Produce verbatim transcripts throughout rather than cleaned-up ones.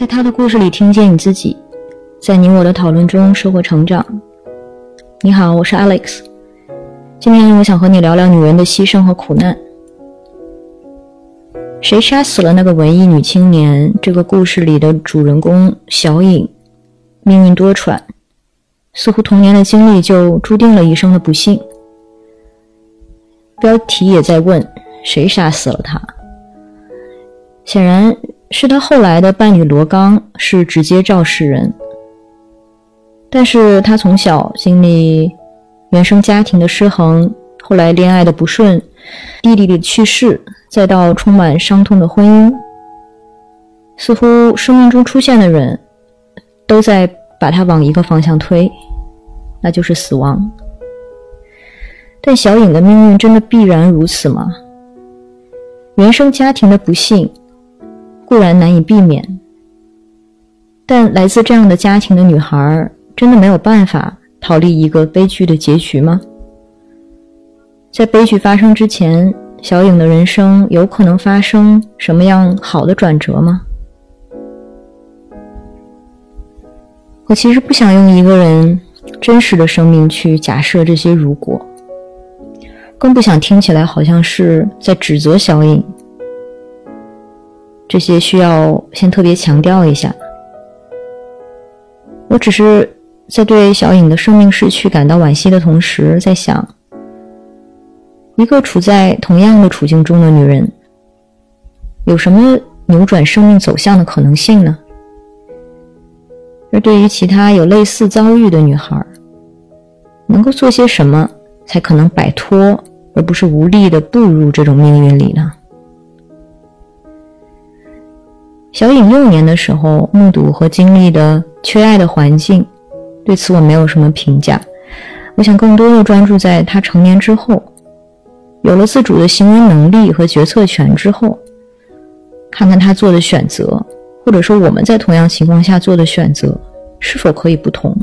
在他的故事里听见你自己，在你我的讨论中收获成长。你好，我是 Alex， 今天我想和你聊聊女人的牺牲和苦难。谁杀死了那个文艺女青年？这个故事里的主人公小颖，命运多舛，似乎童年的经历就注定了一生的不幸。标题也在问，谁杀死了她？显然是她后来的伴侣罗刚，是直接肇事人。但是她从小经历原生家庭的失衡，后来恋爱的不顺，弟弟的去世，再到充满伤痛的婚姻，似乎生命中出现的人都在把她往一个方向推，那就是死亡。但小颖的命运真的必然如此吗？原生家庭的不幸固然难以避免，但来自这样的家庭的女孩真的没有办法逃离一个悲剧的结局吗？在悲剧发生之前，小颖的人生有可能发生什么样好的转折吗？我其实不想用一个人真实的生命去假设这些如果，更不想听起来好像是在指责小颖，这些需要先特别强调一下。我只是在对小颖的生命逝去感到惋惜的同时，在想，一个处在同样的处境中的女人，有什么扭转生命走向的可能性呢？而对于其他有类似遭遇的女孩，能够做些什么才可能摆脱，而不是无力地步入这种命运里呢？小颖幼年的时候目睹和经历的缺爱的环境，对此我没有什么评价。我想更多的专注在她成年之后，有了自主的行为能力和决策权之后，看看她做的选择，或者说我们在同样情况下做的选择是否可以不同。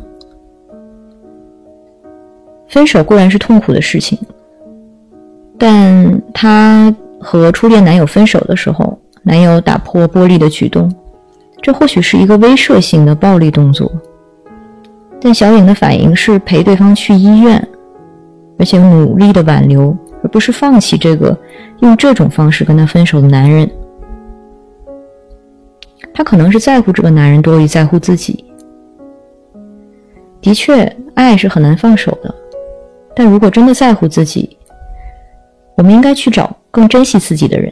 分手固然是痛苦的事情，但她和初恋男友分手的时候，男友打破玻璃的举动，这或许是一个威慑性的暴力动作，但小颖的反应是陪对方去医院，而且努力的挽留，而不是放弃这个用这种方式跟他分手的男人。她可能是在乎这个男人多于在乎自己。的确，爱是很难放手的，但如果真的在乎自己，我们应该去找更珍惜自己的人。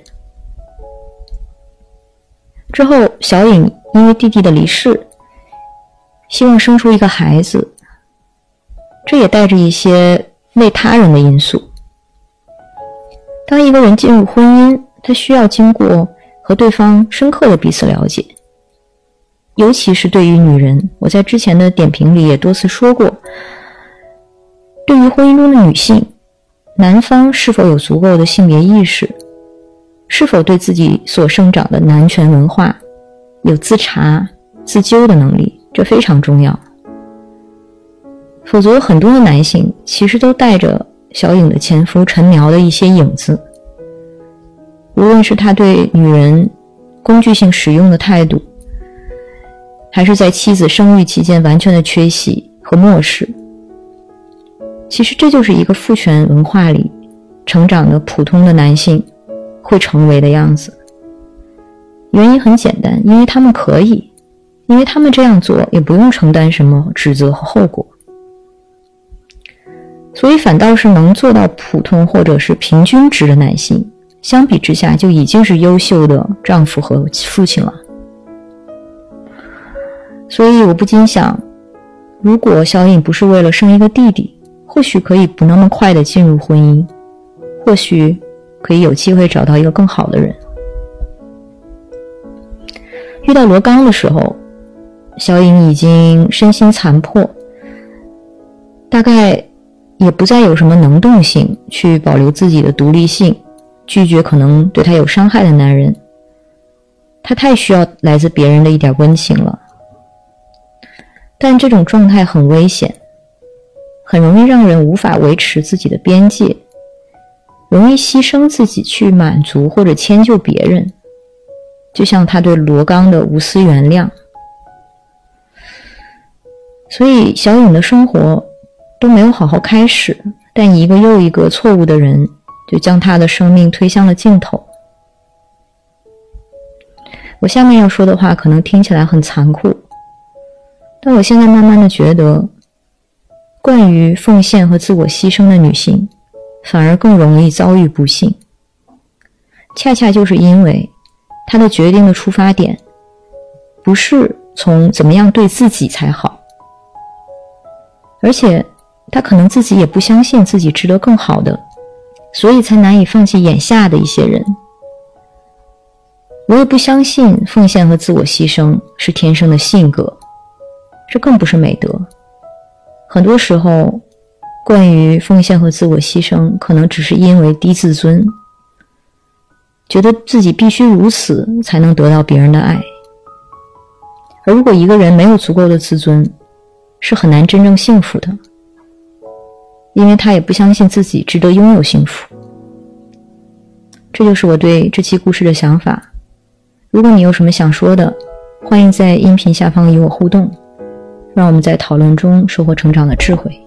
之后小颖因为弟弟的离世，希望生出一个孩子，这也带着一些为他人的因素。当一个人进入婚姻，他需要经过和对方深刻的彼此了解，尤其是对于女人，我在之前的点评里也多次说过，对于婚姻中的女性，男方是否有足够的性别意识，是否对自己所生长的男权文化有自查自纠的能力，这非常重要。否则很多的男性其实都带着小颖的前夫陈苗的一些影子，无论是他对女人工具性使用的态度，还是在妻子生育期间完全的缺席和漠视，其实这就是一个父权文化里成长的普通的男性会成为的样子。原因很简单，因为他们可以，因为他们这样做也不用承担什么指责和后果，所以反倒是能做到普通或者是平均值的男性，相比之下就已经是优秀的丈夫和父亲了。所以我不禁想，如果小颖不是为了生一个弟弟，或许可以不那么快的进入婚姻，或许可以有机会找到一个更好的人。遇到罗刚的时候，小颖已经身心残破，大概也不再有什么能动性去保留自己的独立性，拒绝可能对她有伤害的男人。她太需要来自别人的一点温情了。但这种状态很危险，很容易让人无法维持自己的边界，容易牺牲自己去满足或者迁就别人， 就像他对罗刚的无私原谅。所以小颖的生活都没有好好开始，但一个又一个错误的人就将他的生命推向了尽头。我下面要说的话可能听起来很残酷，但我现在慢慢的觉得，惯于奉献和自我牺牲的女性反而更容易遭遇不幸，恰恰就是因为她的决定的出发点不是从怎么样对自己才好，而且她可能自己也不相信自己值得更好的，所以才难以放弃眼下的一些人。我也不相信奉献和自我牺牲是天生的性格，这更不是美德。很多时候，惯于奉献和自我牺牲可能只是因为低自尊，觉得自己必须如此才能得到别人的爱。而如果一个人没有足够的自尊，是很难真正幸福的，因为他也不相信自己值得拥有幸福。这就是我对这期故事的想法。如果你有什么想说的，欢迎在音频下方与我互动，让我们在讨论中收获成长的智慧。